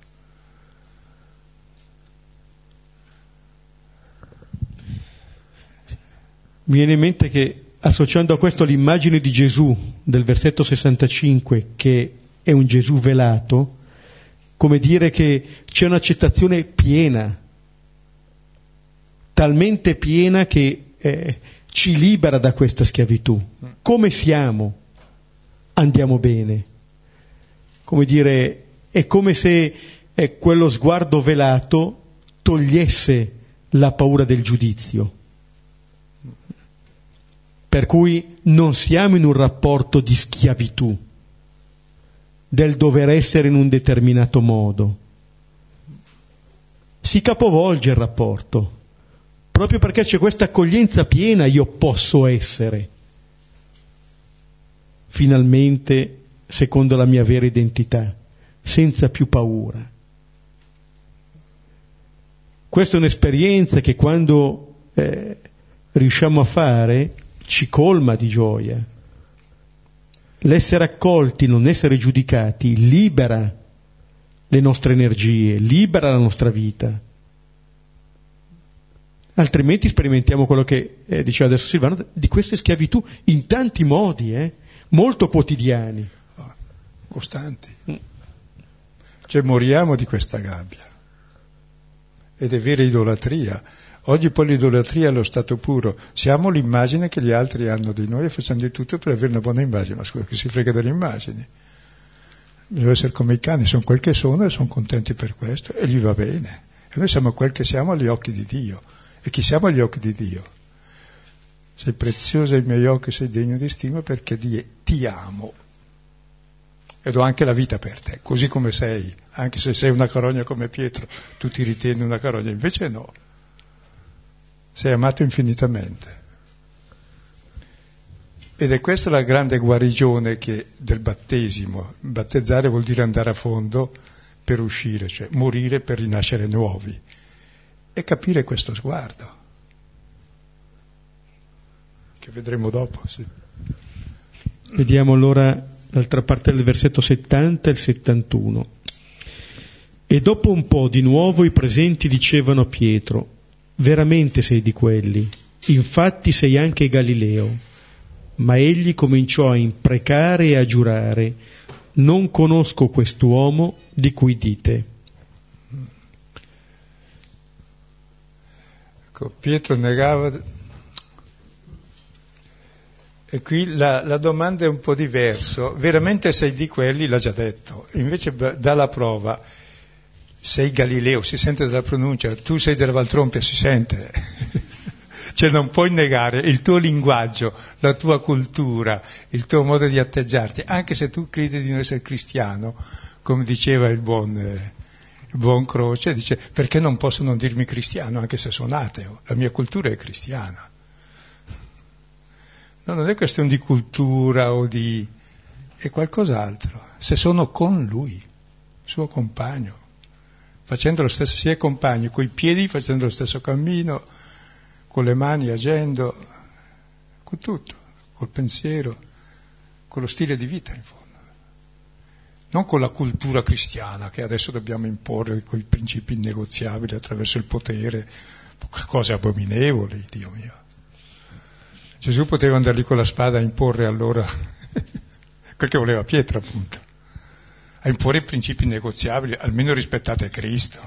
Mi viene in mente che, associando a questo l'immagine di Gesù del versetto 65, che è un Gesù velato, come dire che c'è un'accettazione piena talmente piena che ci libera da questa schiavitù. Come siamo? Andiamo bene. Come dire, è come se quello sguardo velato togliesse la paura del giudizio. Per cui non siamo in un rapporto di schiavitù, del dover essere in un determinato modo. Si capovolge il rapporto, proprio perché c'è questa accoglienza piena, io posso essere, finalmente, secondo la mia vera identità, senza più paura. Questa è un'esperienza che quando riusciamo a fare ci colma di gioia. L'essere accolti, non essere giudicati, libera le nostre energie, libera la nostra vita. Altrimenti sperimentiamo quello che diceva adesso Silvano, di queste schiavitù in tanti modi, molto quotidiani. Costanti. Cioè moriamo di questa gabbia. Ed è vera idolatria. Oggi poi l'idolatria è allo stato puro. Siamo l'immagine che gli altri hanno di noi e facciamo di tutto per avere una buona immagine. Ma scusa, chi si frega delle immagini? Bisogna essere come i cani, sono quel che sono e sono contenti per questo e gli va bene. E noi siamo quel che siamo agli occhi di Dio. E chi siamo agli occhi di Dio? Sei prezioso ai miei occhi, sei degno di stima perché ti amo. E do anche la vita per te, così come sei. Anche se sei una carogna come Pietro, tu ti ritieni una carogna, invece no. Sei amato infinitamente. Ed è questa la grande guarigione del battesimo. Battezzare vuol dire andare a fondo per uscire, cioè morire per rinascere nuovi. E capire questo sguardo, che vedremo dopo. Sì. Vediamo allora l'altra parte del versetto 70 e il 71. E dopo un po' di nuovo i presenti dicevano a Pietro: veramente sei di quelli, infatti sei anche Galileo. Ma egli cominciò a imprecare e a giurare: non conosco quest'uomo di cui dite. Ecco, Pietro negava. E qui la domanda è un po' diversa. Veramente sei di quelli? L'ha già detto. Invece dà la prova. Sei Galileo, si sente dalla pronuncia. Tu sei della Valtrompia, si sente. Cioè non puoi negare il tuo linguaggio, la tua cultura, il tuo modo di atteggiarti, anche se tu credi di non essere cristiano, come diceva il buon Croce, dice: perché non posso non dirmi cristiano anche se sono ateo? La mia cultura è cristiana. No, non è questione di cultura è qualcos'altro. Se sono con lui, suo compagno, facendo lo stesso, si è compagni, coi piedi facendo lo stesso cammino, con le mani agendo, con tutto, col pensiero, con lo stile di vita in fondo. Non con la cultura cristiana che adesso dobbiamo imporre con i principi innegoziabili attraverso il potere, cose abominevoli, Dio mio. Gesù poteva andare lì con la spada a imporre allora quel che voleva Pietro, appunto, a imporre i principi innegoziabili, almeno rispettate Cristo.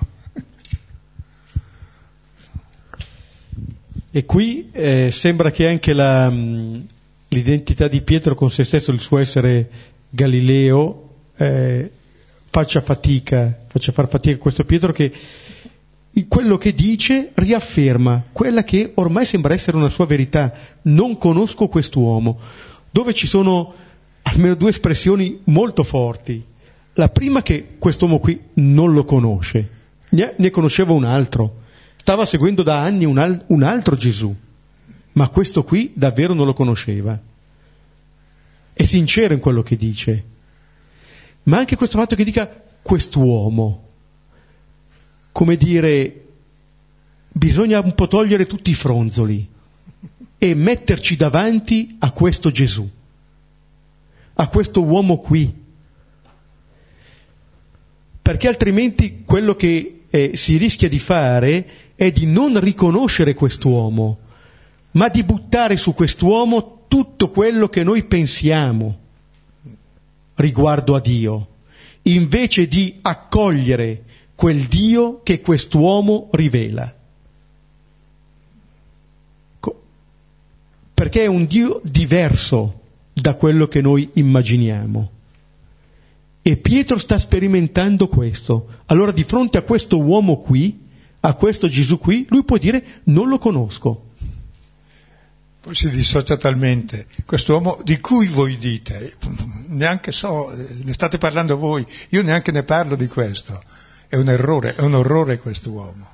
E qui sembra che anche l'identità di Pietro con se stesso, il suo essere Galileo, faccia far fatica questo Pietro, che quello che dice riafferma quella che ormai sembra essere una sua verità: non conosco quest'uomo, dove ci sono almeno due espressioni molto forti. La prima, che quest'uomo qui non lo conosce, ne conosceva un altro, stava seguendo da anni un altro Gesù, ma questo qui davvero non lo conosceva. È sincero in quello che dice. Ma anche questo fatto che dica quest'uomo, come dire, bisogna un po' togliere tutti i fronzoli e metterci davanti a questo Gesù, a questo uomo qui, perché altrimenti quello che si rischia di fare è di non riconoscere quest'uomo, ma di buttare su quest'uomo tutto quello che noi pensiamo riguardo a Dio, invece di accogliere quel Dio che quest'uomo rivela. perché è un Dio diverso da quello che noi immaginiamo. E Pietro sta sperimentando questo. Allora di fronte a questo uomo qui, a questo Gesù qui, lui può dire non lo conosco. Poi si dissocia talmente. Quest'uomo di cui voi dite, neanche so, ne state parlando voi, io neanche ne parlo di questo. È un errore, è un orrore quest'uomo.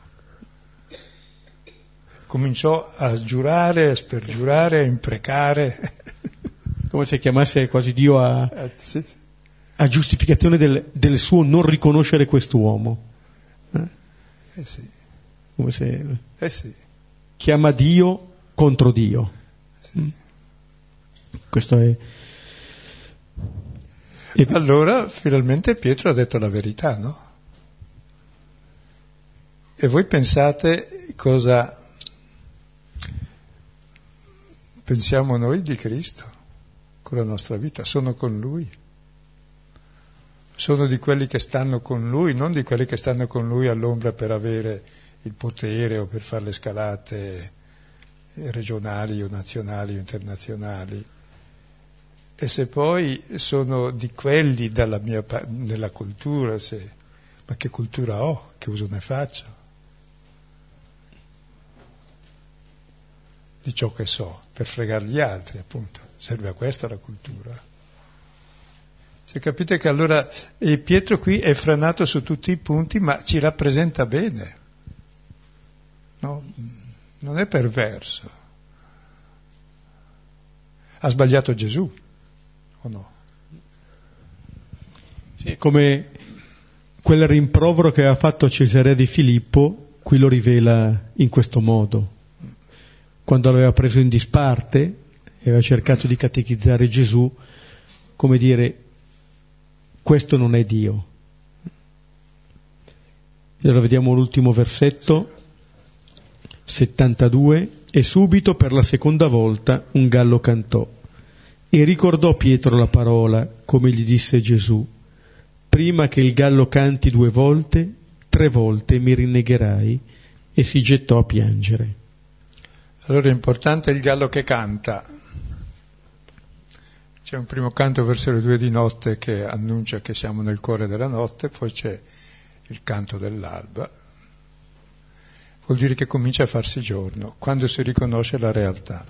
Cominciò a giurare, a spergiurare, a imprecare. Come se chiamasse quasi Dio Sì. a giustificazione del suo non riconoscere quest'uomo. Sì. Come se Sì. chiama Dio contro Dio. Sì. Questo è. Allora finalmente Pietro ha detto la verità, no? E voi pensate cosa pensiamo noi di Cristo con la nostra vita? Sono con Lui. Sono di quelli che stanno con Lui, non di quelli che stanno con Lui all'ombra per avere il potere o per fare le scalate regionali o nazionali o internazionali. E se poi sono di quelli nella cultura, ma che cultura ho? Che uso ne faccio? Di ciò che so, per fregare gli altri, appunto. Serve a questa la cultura. Cioè, capite che allora Pietro qui è franato su tutti i punti, ma ci rappresenta bene. No? Non è perverso. Ha sbagliato Gesù, o no? Sì, come quel rimprovero che aveva fatto a Cesarea di Filippo, qui lo rivela in questo modo. Quando l'aveva preso in disparte e aveva cercato di catechizzare Gesù, come dire, questo non è Dio. E allora vediamo l'ultimo versetto, 72, e subito per la seconda volta un gallo cantò. E ricordò Pietro la parola, come gli disse Gesù: prima che il gallo canti 2 volte, 3 volte mi rinnegherai, e si gettò a piangere. Allora è importante il gallo che canta. C'è un primo canto verso le 2 di notte che annuncia che siamo nel cuore della notte, poi c'è il canto dell'alba. Vuol dire che comincia a farsi giorno, quando si riconosce la realtà.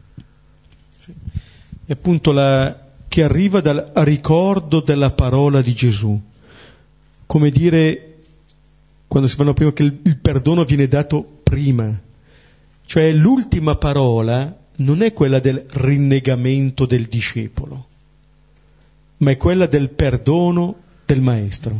È appunto che arriva dal ricordo della parola di Gesù. Come dire, quando si parla prima che il perdono viene dato prima. Cioè l'ultima parola non è quella del rinnegamento del discepolo, ma è quella del perdono del maestro,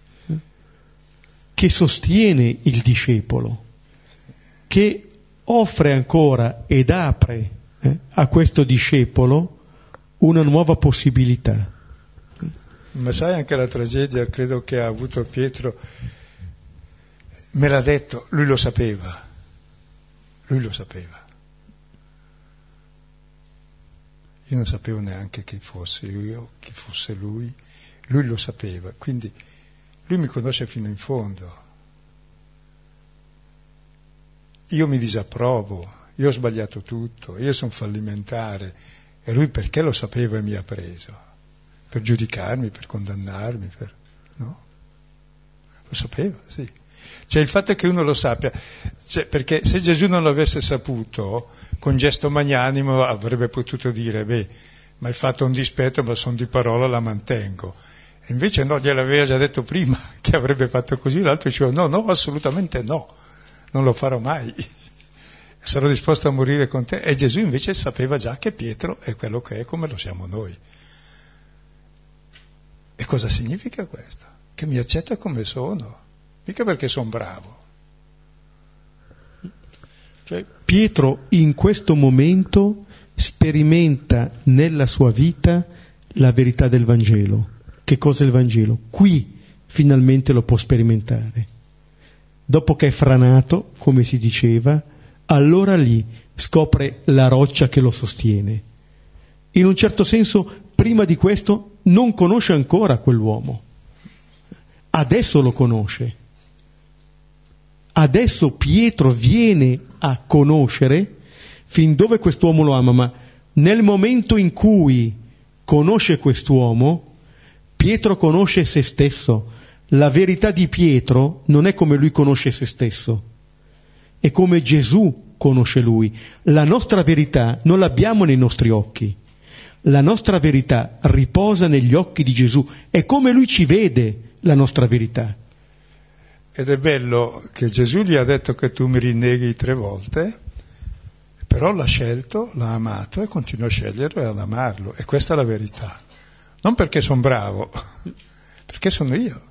che sostiene il discepolo, che offre ancora ed apre a questo discepolo una nuova possibilità. Ma sai anche la tragedia, credo che ha avuto Pietro, me l'ha detto, lui lo sapeva. Lui lo sapeva. Io non sapevo neanche chi fosse io, chi fosse lui. Lui lo sapeva, quindi lui mi conosce fino in fondo. Io mi disapprovo, io ho sbagliato tutto, io sono fallimentare. E lui perché lo sapeva e mi ha preso? Per giudicarmi, per condannarmi, no? Lo sapeva, sì. Cioè il fatto è che uno lo sappia, perché se Gesù non lo avesse saputo, con gesto magnanimo avrebbe potuto dire, mi hai fatto un dispetto, ma sono di parola, la mantengo. E invece no, gliel'aveva già detto prima che avrebbe fatto così, l'altro diceva no, assolutamente no, non lo farò mai, sarò disposto a morire con te. E Gesù invece sapeva già che Pietro è quello che è, come lo siamo noi. E cosa significa questo? Che mi accetta come sono. Mica perché sono bravo. Cioè, Pietro in questo momento sperimenta nella sua vita la verità del Vangelo. Che cosa è il Vangelo? Qui finalmente lo può sperimentare. Dopo che è franato, come si diceva, allora lì scopre la roccia che lo sostiene. In un certo senso, prima di questo, non conosce ancora quell'uomo. Adesso lo conosce. Adesso Pietro viene a conoscere fin dove quest'uomo lo ama, ma nel momento in cui conosce quest'uomo, Pietro conosce se stesso. La verità di Pietro non è come lui conosce se stesso, è come Gesù conosce lui. La nostra verità non l'abbiamo nei nostri occhi, la nostra verità riposa negli occhi di Gesù, è come lui ci vede la nostra verità. Ed è bello che Gesù gli ha detto che tu mi rinneghi 3 volte, però l'ha scelto, l'ha amato e continua a sceglierlo e ad amarlo. E questa è la verità. Non perché sono bravo, perché sono io.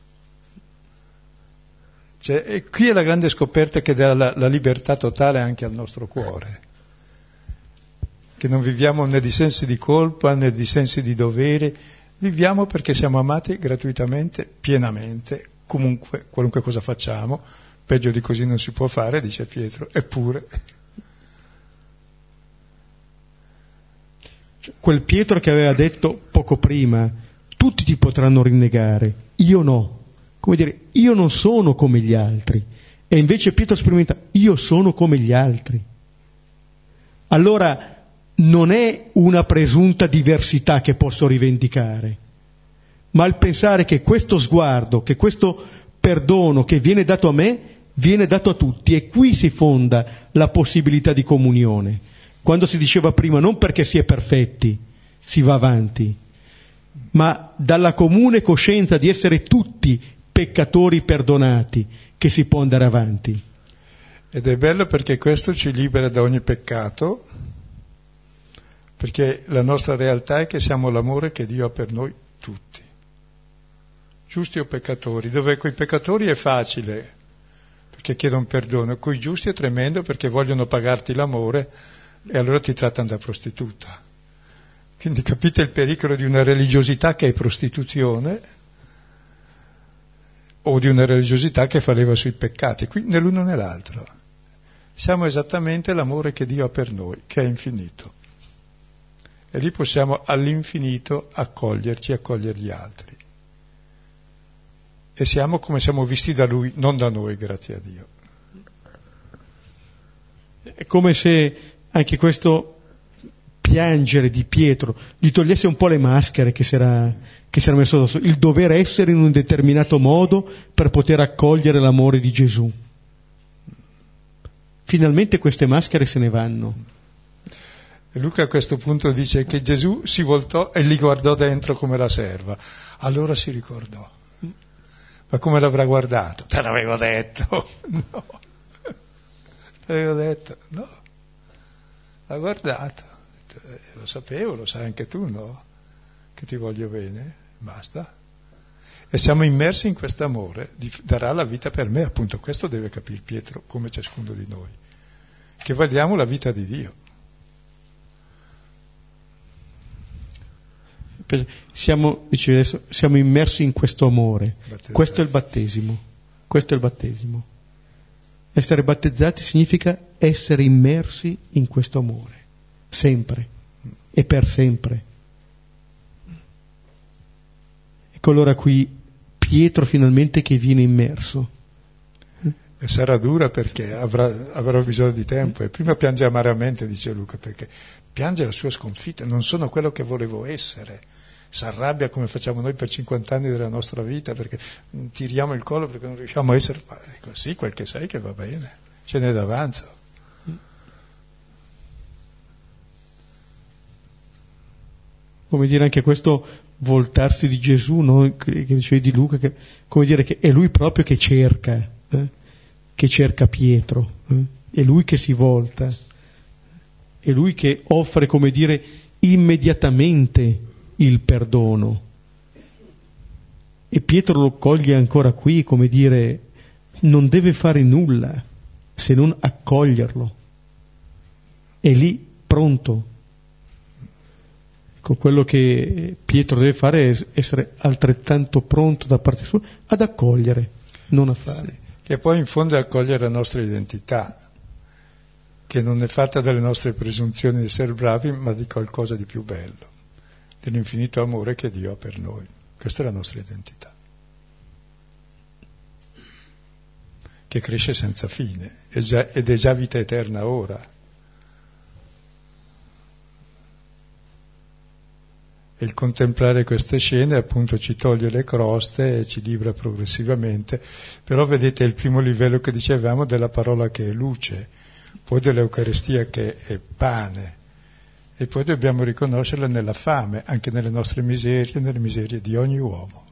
Cioè, e qui è la grande scoperta che dà la libertà totale anche al nostro cuore. Che non viviamo né di sensi di colpa né di sensi di dovere, viviamo perché siamo amati gratuitamente, pienamente, comunque, qualunque cosa facciamo, peggio di così non si può fare, dice Pietro, eppure. Quel Pietro che aveva detto poco prima, tutti ti potranno rinnegare, io no. Come dire, io non sono come gli altri. E invece Pietro sperimenta, io sono come gli altri. Allora non è una presunta diversità che posso rivendicare, ma il pensare che questo sguardo, che questo perdono che viene dato a me, viene dato a tutti, e qui si fonda la possibilità di comunione. Quando si diceva prima, non perché si è perfetti, si va avanti, ma dalla comune coscienza di essere tutti peccatori perdonati che si può andare avanti. Ed è bello perché questo ci libera da ogni peccato, perché la nostra realtà è che siamo l'amore che Dio ha per noi tutti, giusti o peccatori, dove coi peccatori è facile perché chiedono perdono, coi giusti è tremendo perché vogliono pagarti l'amore e allora ti trattano da prostituta. Quindi capite il pericolo di una religiosità che è prostituzione o di una religiosità che fa leva sui peccati, qui né l'uno né l'altro. Siamo esattamente l'amore che Dio ha per noi, che è infinito. E lì possiamo all'infinito accoglierci, accogliere gli altri. E siamo come siamo visti da Lui, non da noi, grazie a Dio. È come se anche questo piangere di Pietro gli togliesse un po' le maschere che si era messo addosso, il dover essere in un determinato modo per poter accogliere l'amore di Gesù. Finalmente queste maschere se ne vanno. E Luca a questo punto dice che Gesù si voltò e li guardò dentro come la serva. Allora si ricordò. Ma come l'avrà guardato? Te l'avevo detto. No. Te l'avevo detto. No. L'ha guardato. Lo sapevo, lo sai anche tu, no? Che ti voglio bene. Basta. E siamo immersi in questo amore, darà la vita per me, appunto questo deve capire Pietro, come ciascuno di noi, che valiamo la vita di Dio. Siamo immersi in questo amore, questo è il battesimo, questo è il battesimo. Essere battezzati significa essere immersi in questo amore, sempre e per sempre. Ecco allora qui Pietro finalmente che viene immerso. E sarà dura perché avrà bisogno di tempo. E prima piange amaramente, dice Luca, perché piange la sua sconfitta. Non sono quello che volevo essere. Si arrabbia come facciamo noi per 50 anni della nostra vita, perché tiriamo il collo perché non riusciamo a essere. Ecco, sì, quel che sei che va bene, ce n'è d'avanzo. Come dire anche questo voltarsi di Gesù, no? Che dicevi di Luca, che, come dire che è lui proprio che cerca Pietro, è lui che si volta, è lui che offre, come dire, immediatamente il perdono. E Pietro lo coglie ancora qui, come dire, non deve fare nulla se non accoglierlo. È lì pronto. Con quello che Pietro deve fare è essere altrettanto pronto da parte sua ad accogliere, non a fare. Sì, che poi in fondo è accogliere la nostra identità, che non è fatta dalle nostre presunzioni di essere bravi, ma di qualcosa di più bello, dell'infinito amore che Dio ha per noi. Questa è la nostra identità, che cresce senza fine ed è già vita eterna ora. E il contemplare queste scene appunto ci toglie le croste e ci libera progressivamente. Però vedete il primo livello che dicevamo della parola che è luce, poi dell'Eucaristia che è pane, e poi dobbiamo riconoscerla nella fame, anche nelle nostre miserie, nelle miserie di ogni uomo.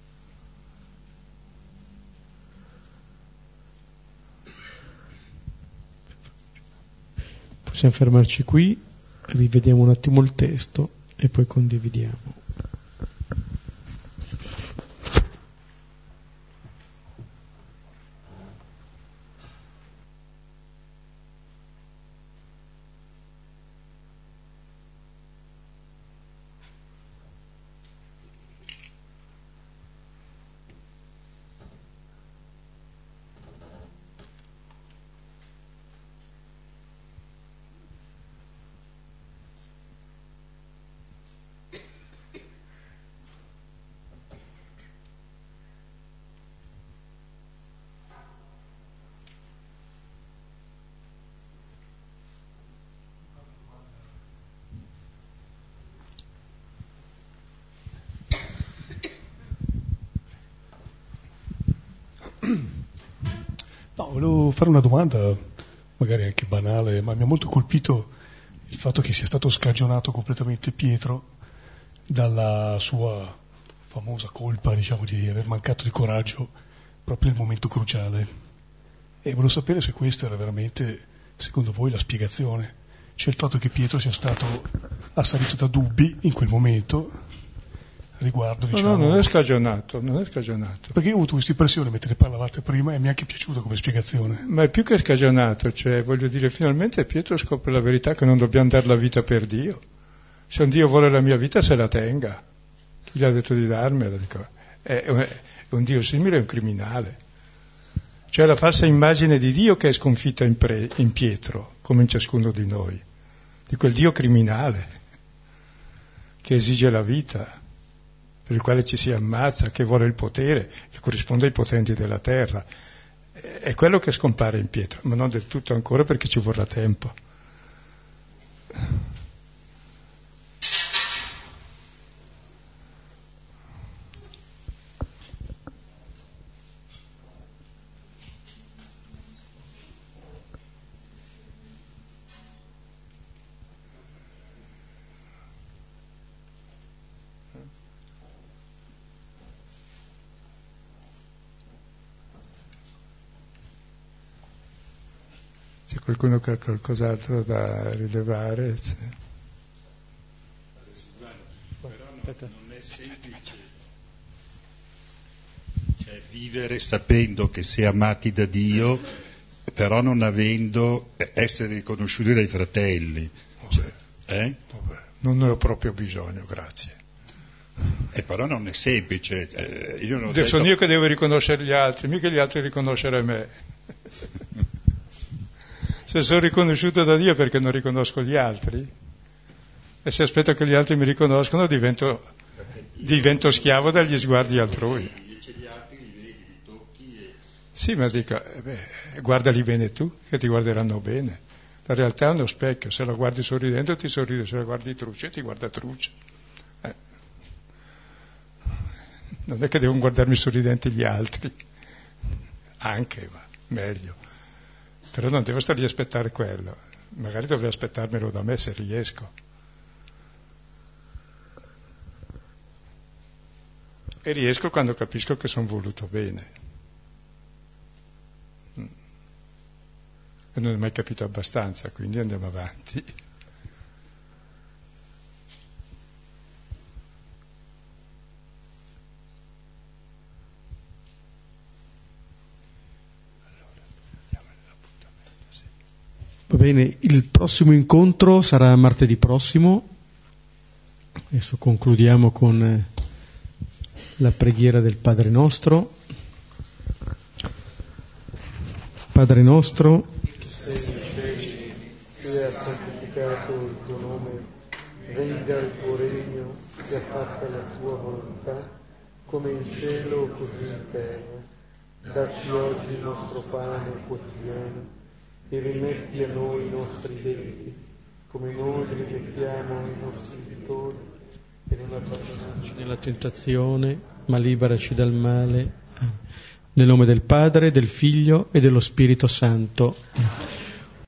Possiamo fermarci qui, rivediamo un attimo il testo e poi condividiamo. No, volevo fare una domanda, magari anche banale, ma mi ha molto colpito il fatto che sia stato scagionato completamente Pietro dalla sua famosa colpa, diciamo, di aver mancato di coraggio proprio nel momento cruciale. E volevo sapere se questa era veramente, secondo voi, la spiegazione. Cioè il fatto che Pietro sia stato assalito da dubbi in quel momento riguardo, diciamo... No, non è scagionato. Perché io ho avuto questa impressione mentre parlavate prima e mi è anche piaciuta come spiegazione. Ma è più che scagionato, cioè voglio dire, finalmente Pietro scopre la verità che non dobbiamo dare la vita per Dio. Se un Dio vuole la mia vita se la tenga. Chi gli ha detto di darmela? Dico, è un Dio simile, è un criminale. Cioè la falsa immagine di Dio che è sconfitta in Pietro, come in ciascuno di noi, di quel Dio criminale che esige la vita, per il quale ci si ammazza, che vuole il potere, che corrisponde ai potenti della terra. È quello che scompare in Pietro, ma non del tutto ancora perché ci vorrà tempo. C'è qualcuno che ha qualcos'altro da rilevare? Sì. Però non è semplice, cioè vivere sapendo che si è amati da Dio, però non avendo essere riconosciuti dai fratelli. Vabbè, non ne ho proprio bisogno, grazie. Però non è semplice. Sono io che devo riconoscere gli altri, mica gli altri riconoscere me. Se sono riconosciuto da Dio perché non riconosco gli altri, e se aspetto che gli altri mi riconoscano divento schiavo dagli sguardi altrui. Invece gli altri li vedi, li tocchi e... Sì, ma dico, guardali bene tu, che ti guarderanno bene. La realtà è uno specchio, se la guardi sorridendo ti sorride, se la guardi truce ti guarda truce. Non è che devono guardarmi sorridenti gli altri, anche, ma meglio. Però non devo stare lì a aspettare quello, magari dovrei aspettarmelo da me se riesco. E riesco quando capisco che sono voluto bene. E non è mai capito abbastanza, quindi andiamo avanti. Va bene, il prossimo incontro sarà martedì prossimo. Adesso concludiamo con la preghiera del Padre Nostro. Padre nostro, che sei nei cieli, sia santificato il tuo nome, venga il tuo regno, sia fatta la tua volontà, come in cielo così in terra. Dacci oggi il nostro pane quotidiano e rimetti a noi i nostri debiti, come noi li rimettiamo ai nostri debitori, e non nella tentazione, ma liberaci dal male. Nel nome del Padre, del Figlio e dello Spirito Santo.